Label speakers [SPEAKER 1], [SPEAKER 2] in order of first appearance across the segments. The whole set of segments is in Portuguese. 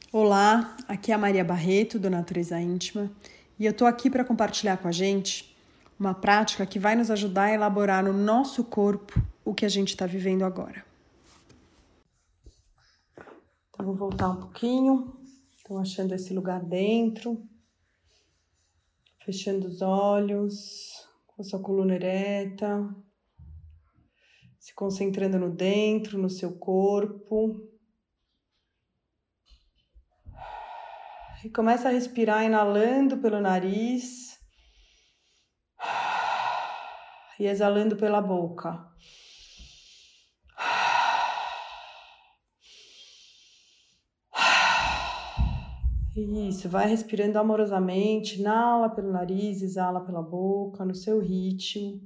[SPEAKER 1] Olá, aqui é a Maria Barreto, do Natureza Íntima, e eu tô aqui para compartilhar com a gente uma prática que vai nos ajudar a elaborar no nosso corpo o que a gente está vivendo agora. Então, vou voltar um pouquinho, estou achando esse lugar dentro, fechando os olhos, com a sua coluna ereta, se concentrando no dentro, no seu corpo. E começa a respirar inalando pelo nariz e exalando pela boca. Isso, vai respirando amorosamente, inala pelo nariz, exala pela boca, no seu ritmo.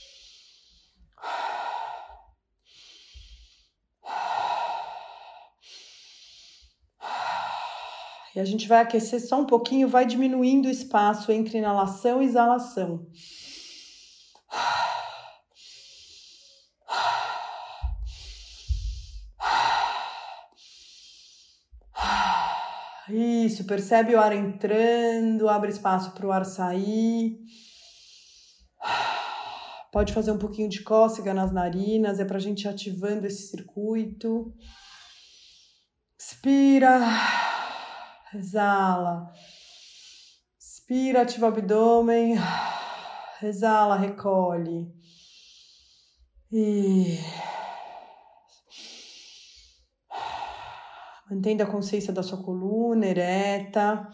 [SPEAKER 1] E a gente vai aquecer só um pouquinho, vai diminuindo o espaço entre inalação e exalação. Isso, percebe o ar entrando, abre espaço para o ar sair. Pode fazer um pouquinho de cócega nas narinas, é para a gente ir ativando esse circuito. Inspira, exala. Inspira, ativa o abdômen. Exala, recolhe. E mantendo a consciência da sua coluna ereta.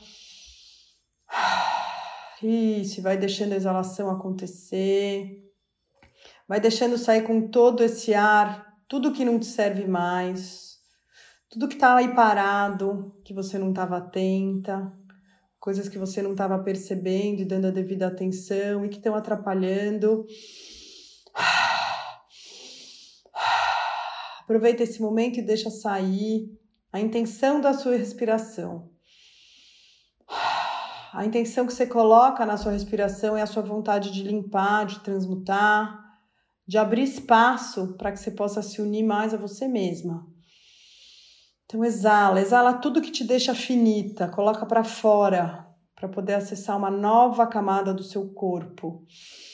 [SPEAKER 1] Isso, vai deixando a exalação acontecer. Vai deixando sair com todo esse ar, tudo que não te serve mais. Tudo que tá aí parado, que você não estava atenta. Coisas que você não estava percebendo e dando a devida atenção e que estão atrapalhando. Aproveita esse momento e deixa sair a intenção da sua respiração. A intenção que você coloca na sua respiração é a sua vontade de limpar, de transmutar, de abrir espaço para que você possa se unir mais a você mesma. Então exala tudo que te deixa finita, coloca para fora, para poder acessar uma nova camada do seu corpo.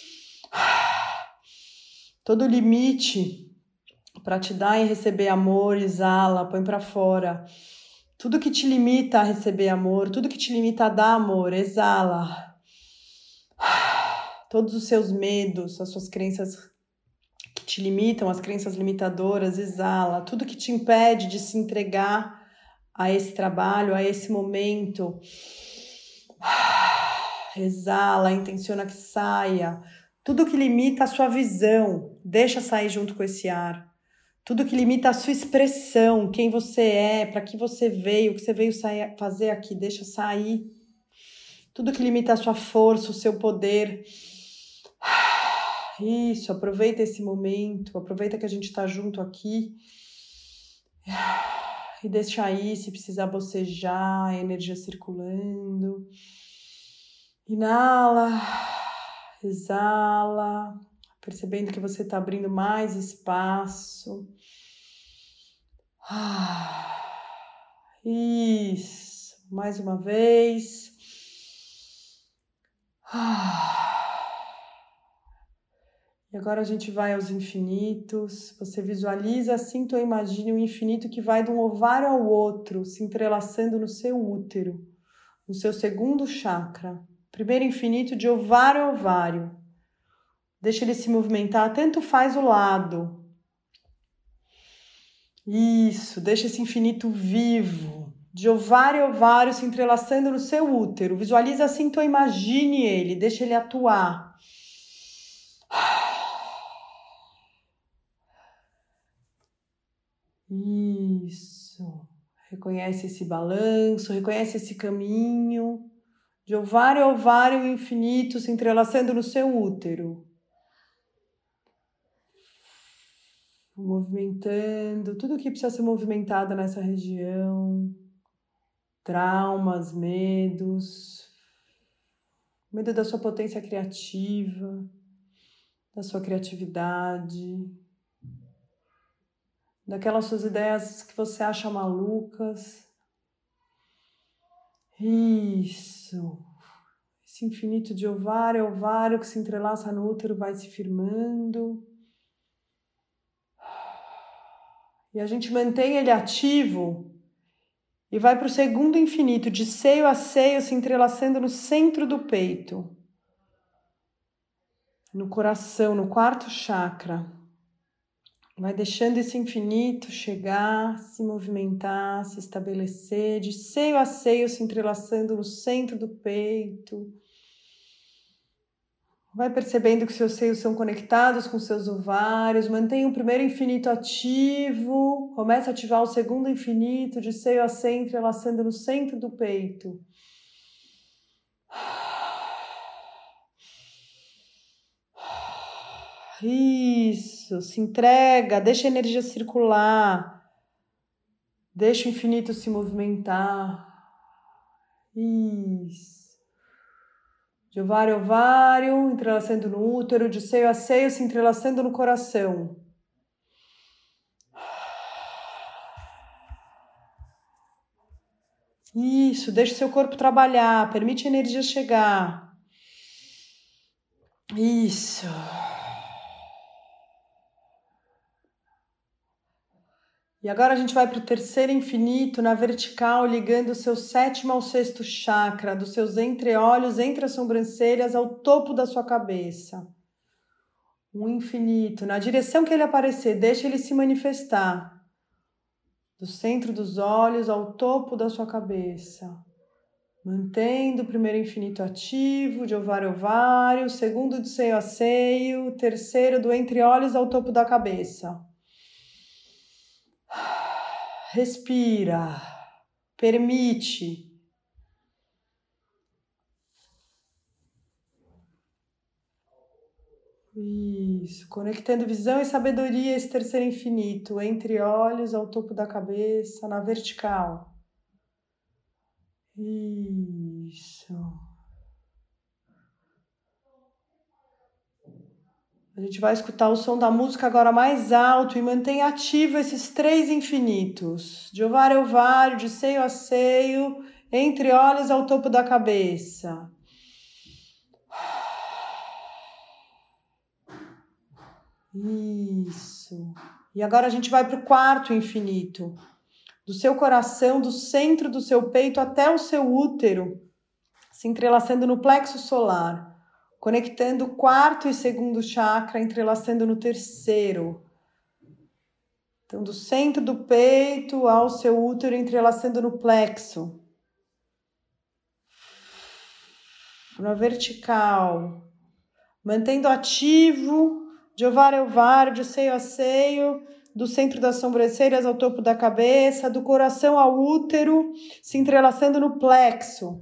[SPEAKER 1] Todo limite para te dar e receber amor, exala, põe para fora. Tudo que te limita a receber amor, tudo que te limita a dar amor, exala. Todos os seus medos, as suas crenças que te limitam, as crenças limitadoras, exala. Tudo que te impede de se entregar a esse trabalho, a esse momento, exala, intenciona que saia. Tudo que limita a sua visão, deixa sair junto com esse ar. Tudo que limita a sua expressão, quem você é, para que você veio, o que você veio fazer aqui, deixa sair. Tudo que limita a sua força, o seu poder. Isso, aproveita esse momento, aproveita que a gente está junto aqui. E deixa aí, se precisar bocejar, a energia circulando. Inala, exala, percebendo que você está abrindo mais espaço. Isso, mais uma vez. E agora a gente vai aos infinitos. Você visualiza, sinta ou imagine um infinito que vai de um ovário ao outro, se entrelaçando no seu útero, no seu segundo chakra. Primeiro infinito de ovário a ovário. Deixa ele se movimentar, tanto faz o lado. Isso, deixa esse infinito vivo, de ovário a ovário se entrelaçando no seu útero. Visualiza, sinta ou imagine ele, deixa ele atuar. Isso, reconhece esse balanço, reconhece esse caminho, de ovário a ovário infinito se entrelaçando no seu útero. Movimentando tudo que precisa ser movimentado nessa região. Traumas, medos. Medo da sua potência criativa, da sua criatividade. Daquelas suas ideias que você acha malucas. Isso. Esse infinito de ovário a ovário que se entrelaça no útero vai se firmando. E a gente mantém ele ativo e vai para o segundo infinito, de seio a seio, se entrelaçando no centro do peito, no coração, no quarto chakra. Vai deixando esse infinito chegar, se movimentar, se estabelecer, de seio a seio, se entrelaçando no centro do peito. Vai percebendo que seus seios são conectados com seus ovários. Mantenha o primeiro infinito ativo. Começa a ativar o segundo infinito, de seio a seio, entrelaçando no centro do peito. Isso, se entrega, deixa a energia circular, deixa o infinito se movimentar. Isso. De ovário a ovário, entrelaçando no útero, de seio a seio, se entrelaçando no coração. Isso, deixa o seu corpo trabalhar, permite a energia chegar. Isso. E agora a gente vai para o terceiro infinito, na vertical, ligando o seu sétimo ao sexto chakra, dos seus entreolhos, entre as sobrancelhas, ao topo da sua cabeça. Um infinito, na direção que ele aparecer, deixa ele se manifestar. Do centro dos olhos ao topo da sua cabeça. Mantendo o primeiro infinito ativo, de ovário a ovário, segundo de seio a seio, terceiro do entreolhos ao topo da cabeça. Respira, permite. Isso, conectando visão e sabedoria, esse terceiro infinito, entre olhos ao topo da cabeça, na vertical. Isso. A gente vai escutar o som da música agora mais alto e mantém ativo esses três infinitos. De ovário a ovário, de seio a seio, entre olhos ao topo da cabeça. Isso. E agora a gente vai para o quarto infinito. Do seu coração, do centro do seu peito até o seu útero, se entrelaçando no plexo solar. Conectando o quarto e segundo chakra, entrelaçando no terceiro. Então, do centro do peito ao seu útero, entrelaçando no plexo. Na vertical. Mantendo ativo, de ovário a ovário, de seio a seio, do centro das sobrancelhas ao topo da cabeça, do coração ao útero, se entrelaçando no plexo.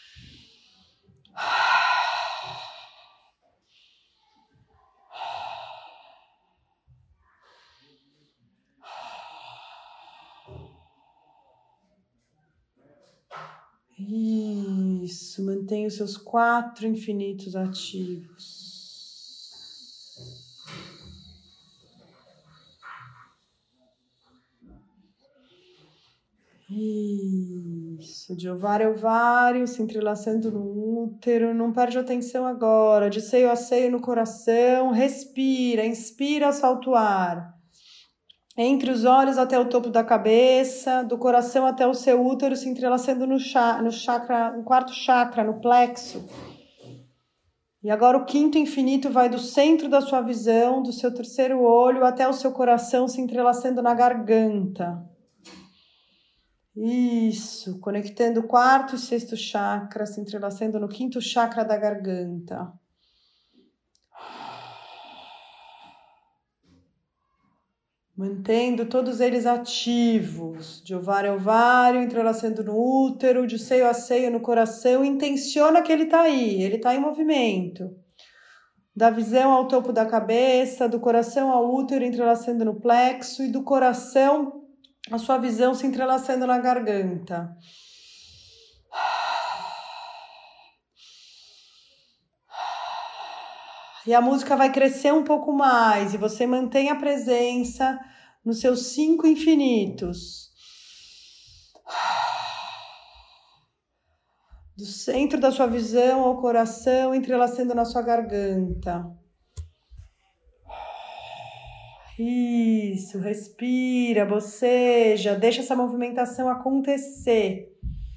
[SPEAKER 1] Isso, mantenha os seus 4 infinitos ativos. Isso, de ovário a ovário, se entrelaçando no útero, não perde a atenção agora, de seio a seio no coração, respira, inspira, solta o ar. Entre os olhos até o topo da cabeça, do coração até o seu útero, se entrelaçando no chakra, no quarto chakra, no plexo. E agora o quinto infinito vai do centro da sua visão, do seu terceiro olho, até o seu coração, se entrelaçando na garganta. Isso, conectando o quarto e sexto chakra, se entrelaçando no quinto chakra da garganta. Mantendo todos eles ativos, de ovário a ovário, entrelaçando no útero, de seio a seio no coração. Intenciona que ele está aí, ele está em movimento. Da visão ao topo da cabeça, do coração ao útero, entrelaçando no plexo, e do coração a sua visão se entrelaçando na garganta. E a música vai crescer um pouco mais e você mantém a presença nos seus 5 infinitos. do centro da sua visão ao coração, entrelaçando na sua garganta. Isso, respira, boceja, deixa essa movimentação acontecer.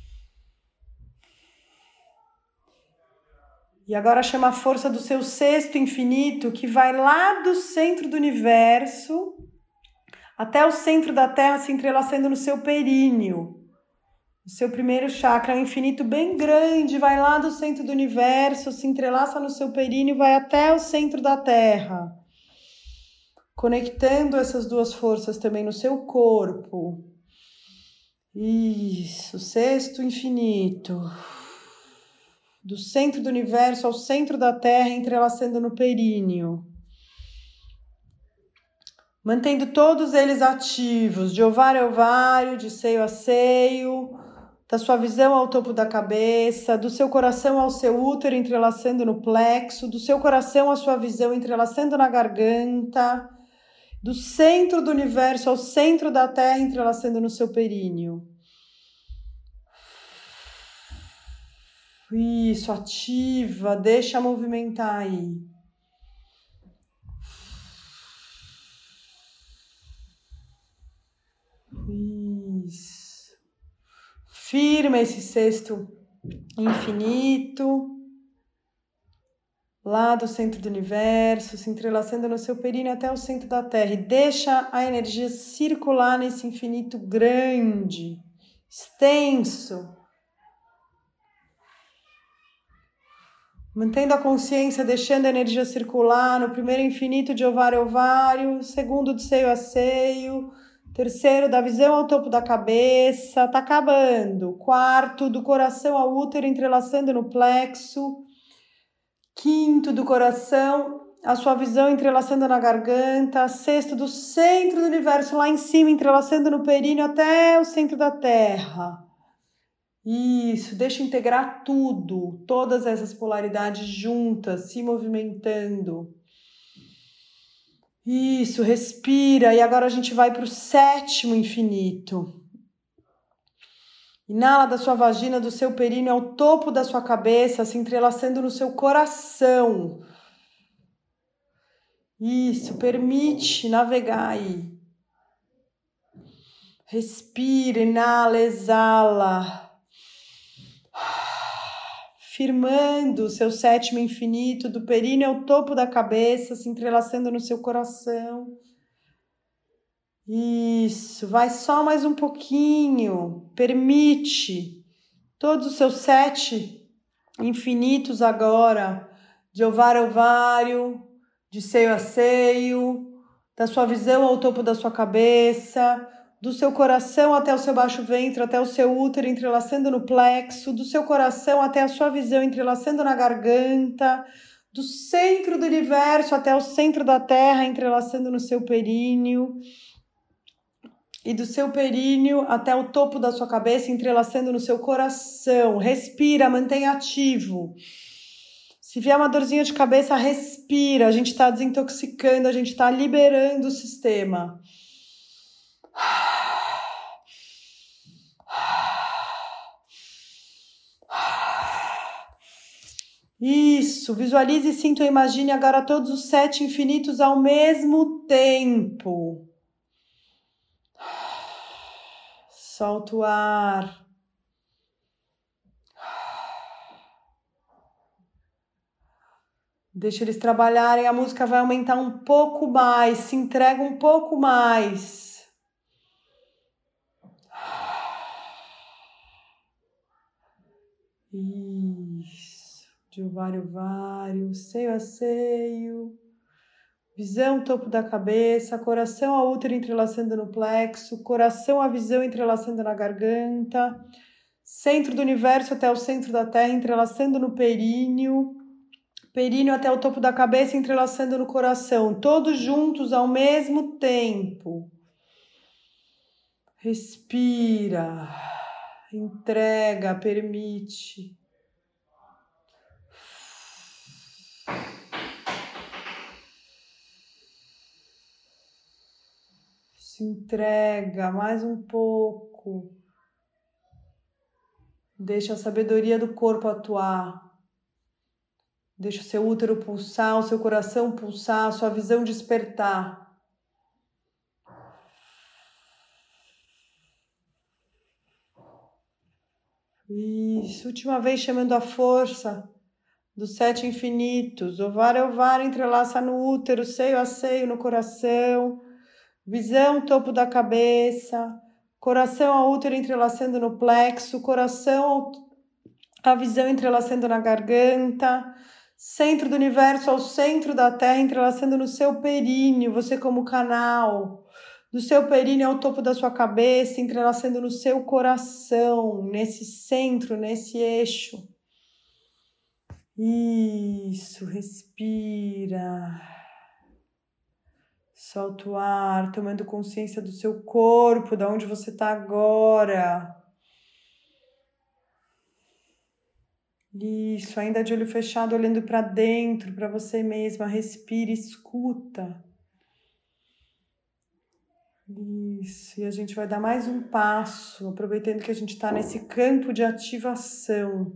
[SPEAKER 1] E agora chama a força do seu sexto infinito, que vai lá do centro do universo até o centro da Terra, se entrelaçando no seu períneo. O seu primeiro chakra é um infinito bem grande, vai lá do centro do universo, se entrelaça no seu períneo, vai até o centro da Terra. Conectando essas duas forças também no seu corpo. Isso, sexto infinito. Do centro do universo ao centro da Terra, entrelaçando no períneo. Mantendo todos eles ativos, de ovário a ovário, de seio a seio, da sua visão ao topo da cabeça, do seu coração ao seu útero, entrelaçando no plexo, do seu coração à sua visão, entrelaçando na garganta, do centro do universo ao centro da Terra, entrelaçando no seu períneo. Isso, ativa, deixa movimentar aí. Isso. Firma esse sexto infinito. Lá do centro do universo, se entrelaçando no seu períneo até o centro da Terra. E deixa a energia circular nesse infinito grande, extenso. Mantendo a consciência, deixando a energia circular no primeiro infinito de ovário a ovário, segundo de seio a seio, terceiro da visão ao topo da cabeça, tá acabando. Quarto, do coração ao útero, entrelaçando no plexo. Quinto, do coração, a sua visão entrelaçando na garganta. Sexto, do centro do universo, lá em cima, entrelaçando no períneo até o centro da Terra. Isso, deixa integrar tudo, todas essas polaridades juntas, se movimentando. Isso, respira. E agora a gente vai para o sétimo infinito. Inala da sua vagina, do seu períneo ao topo da sua cabeça, se entrelaçando no seu coração. Isso, permite navegar aí. Respira, inala, exala. Firmando o seu sétimo infinito, do períneo ao topo da cabeça, se entrelaçando no seu coração. Isso, vai só mais um pouquinho. Permite todos os seus 7 infinitos agora, de ovário a ovário, de seio a seio, da sua visão ao topo da sua cabeça, do seu coração até o seu baixo ventre, até o seu útero, entrelaçando no plexo, do seu coração até a sua visão, entrelaçando na garganta, do centro do universo até o centro da Terra, entrelaçando no seu períneo, e do seu períneo até o topo da sua cabeça, entrelaçando no seu coração. Respira, mantenha ativo. Se vier uma dorzinha de cabeça, respira. A gente está desintoxicando, a gente está liberando o sistema. Isso, visualize, sinta ou imagine agora todos os 7 infinitos ao mesmo tempo. Solta o ar. Deixa eles trabalharem, a música vai aumentar um pouco mais, se entrega um pouco mais. Isso. De ovário a ovário, seio a seio. Visão, topo da cabeça, coração ao útero entrelaçando no plexo, coração à visão entrelaçando na garganta, centro do universo até o centro da Terra entrelaçando no períneo, períneo até o topo da cabeça entrelaçando no coração, todos juntos ao mesmo tempo. Respira, entrega, permite. Se entrega mais um pouco. Deixa a sabedoria do corpo atuar. Deixa o seu útero pulsar, o seu coração pulsar, a sua visão despertar. Isso, última vez chamando a força dos 7 infinitos. Ovário a ovário entrelaça no útero, seio a seio no coração. Visão, topo da cabeça. Coração ao útero entrelaçando no plexo. Coração a visão entrelaçando na garganta. Centro do universo ao centro da terra entrelaçando no seu períneo. Você como canal. Do seu períneo ao topo da sua cabeça, entrelaçando no seu coração, nesse centro, nesse eixo. Isso, respira. Solta o ar, tomando consciência do seu corpo, de onde você está agora. Isso, ainda de olho fechado, olhando para dentro, para você mesma. Respira, escuta. Isso, e a gente vai dar mais um passo, aproveitando que a gente está nesse campo de ativação.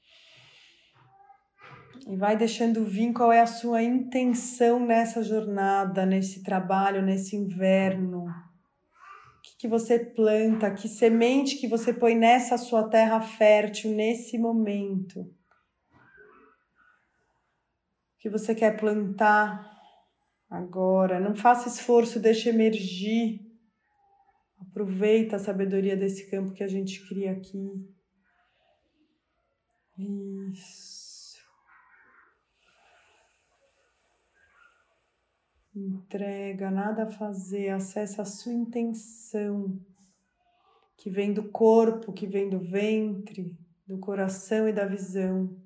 [SPEAKER 1] E vai deixando vir qual é a sua intenção nessa jornada, nesse trabalho, nesse inverno. O que você planta, que semente que você põe nessa sua terra fértil, nesse momento. O que você quer plantar agora. Não faça esforço, deixa emergir. Aproveita a sabedoria desse campo que a gente cria aqui. Isso. Entrega, nada a fazer, acessa a sua intenção, que vem do corpo, que vem do ventre, do coração e da visão.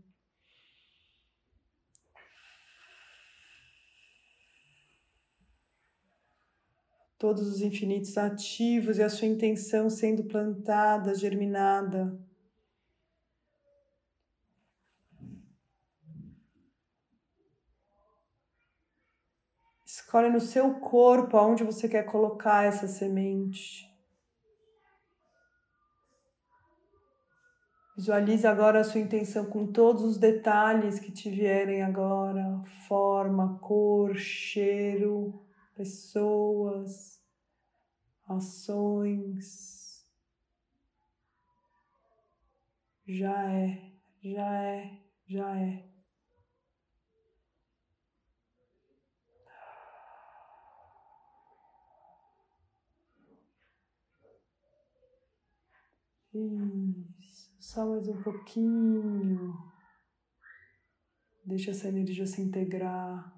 [SPEAKER 1] Todos os infinitos ativos e a sua intenção sendo plantada, germinada. Escolhe no seu corpo aonde você quer colocar essa semente. Visualize agora a sua intenção com todos os detalhes que te vierem agora. Forma, cor, cheiro, pessoas, ações. Já é, já é, já é. Isso, só mais um pouquinho. Deixa essa energia se integrar.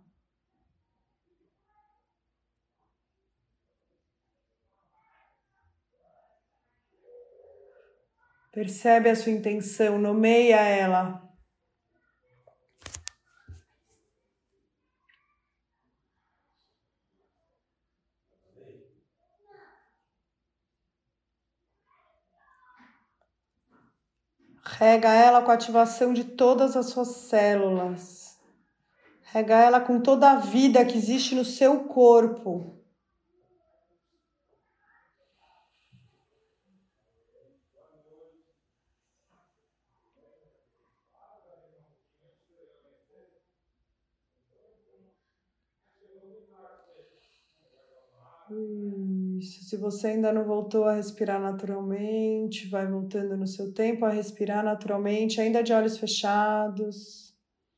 [SPEAKER 1] Percebe a sua intenção, nomeia ela. Rega ela com a ativação de todas as suas células. Rega ela com toda a vida que existe no seu corpo. Isso. Se você ainda não voltou a respirar naturalmente, vai voltando no seu tempo a respirar naturalmente, ainda de olhos fechados.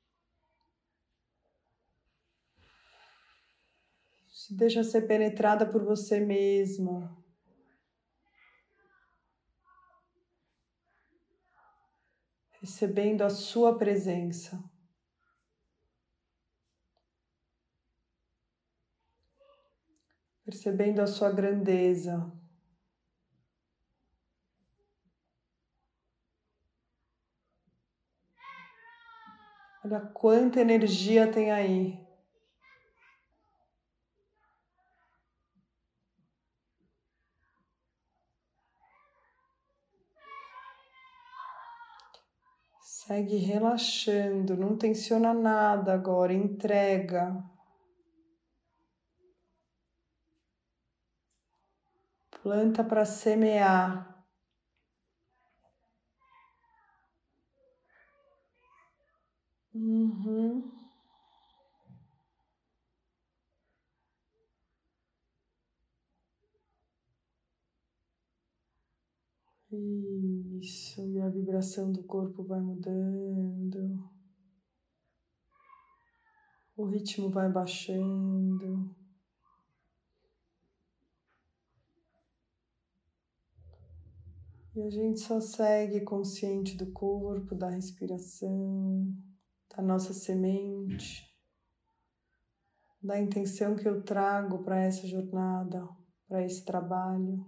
[SPEAKER 1] Se deixa ser penetrada por você mesma. Recebendo a sua presença. Percebendo a sua grandeza. Olha quanta energia tem aí. Segue relaxando, não tensiona nada agora, entrega. Planta para semear. Uhum. Isso, e a vibração do corpo vai mudando, o ritmo vai baixando. E a gente só segue consciente do corpo, da respiração, da nossa semente, da intenção que eu trago para essa jornada, para esse trabalho.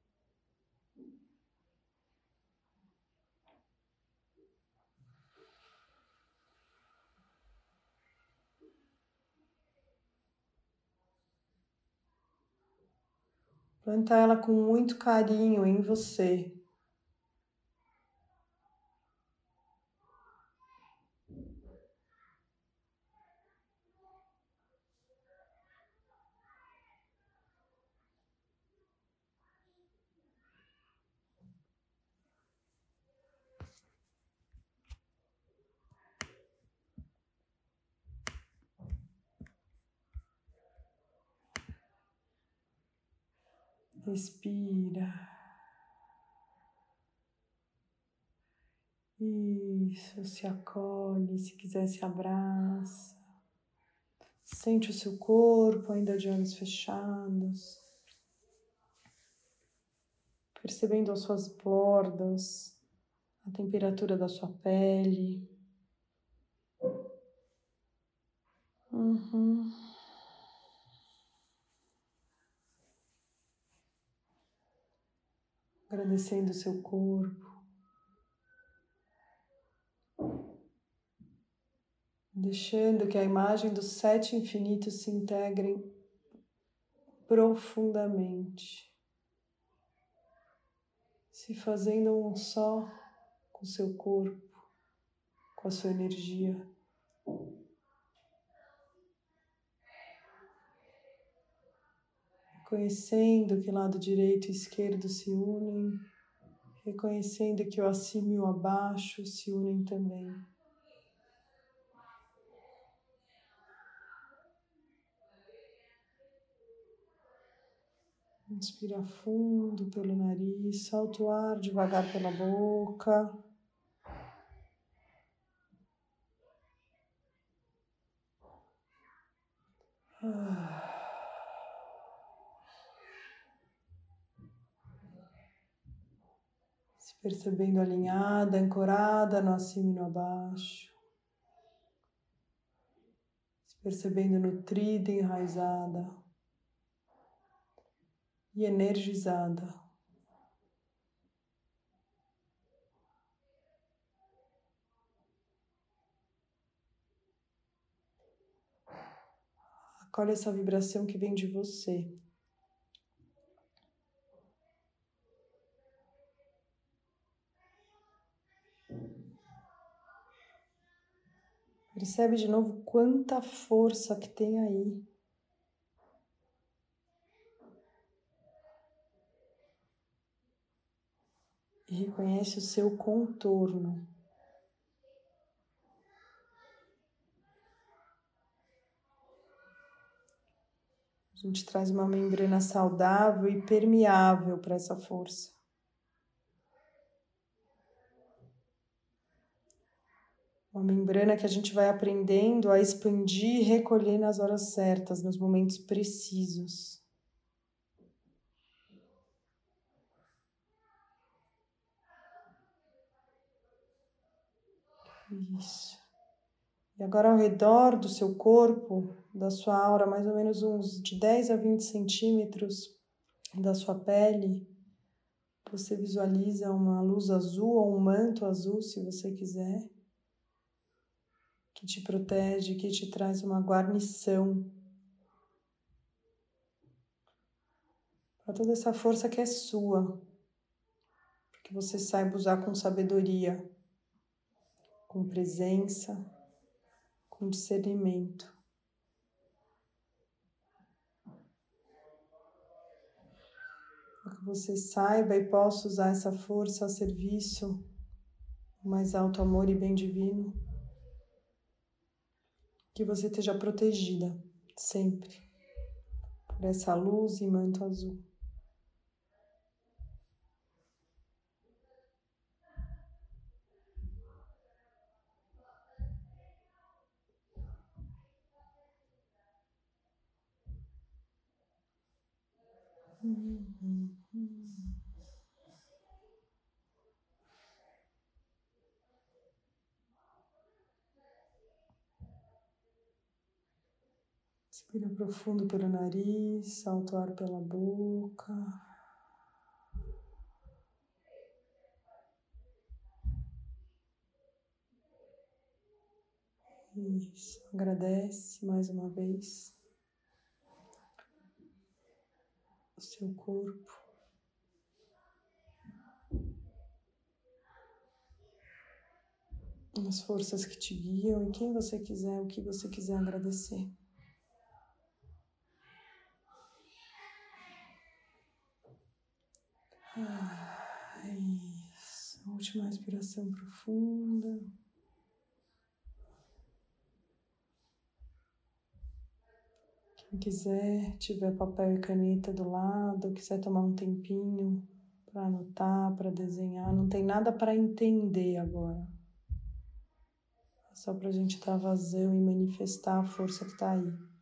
[SPEAKER 1] Planta ela com muito carinho em você. Respira. Isso, se acolhe, se quiser se abraça. Sente o seu corpo ainda de olhos fechados, percebendo as suas bordas, a temperatura da sua pele. Uhum. Agradecendo o seu corpo. Deixando que a imagem dos 7 infinitos se integrem profundamente, se fazendo um só com o seu corpo, com a sua energia. Reconhecendo que o lado direito e esquerdo se unem, reconhecendo que o acima e o abaixo se unem também. Inspira fundo pelo nariz, solta o ar devagar pela boca. Se percebendo alinhada, ancorada no acima e no abaixo. Se percebendo nutrida, enraizada e energizada. Acolhe essa vibração que vem de você. Percebe de novo quanta força que tem aí. E reconhece o seu contorno. A gente traz uma membrana saudável e permeável para essa força. Uma membrana que a gente vai aprendendo a expandir e recolher nas horas certas, nos momentos precisos. Isso. E agora ao redor do seu corpo, da sua aura, mais ou menos uns de 10 a 20 centímetros da sua pele, você visualiza uma luz azul ou um manto azul, se você quiser, que te protege, que te traz uma guarnição para toda essa força que é sua, para que você saiba usar com sabedoria, com presença, com discernimento. Para que você saiba e possa usar essa força a serviço do mais alto amor e bem divino. Que você esteja protegida sempre por essa luz e manto azul. Inspira profundo pelo nariz, solta o ar pela boca. Isso, agradece mais uma vez o seu corpo. As forças que te guiam e quem você quiser, o que você quiser agradecer. Isso. Última respiração profunda. Quem quiser, tiver papel e caneta do lado, quiser tomar um tempinho para anotar, para desenhar, não tem nada para entender agora. É só para a gente dar vazão e manifestar a força que está aí.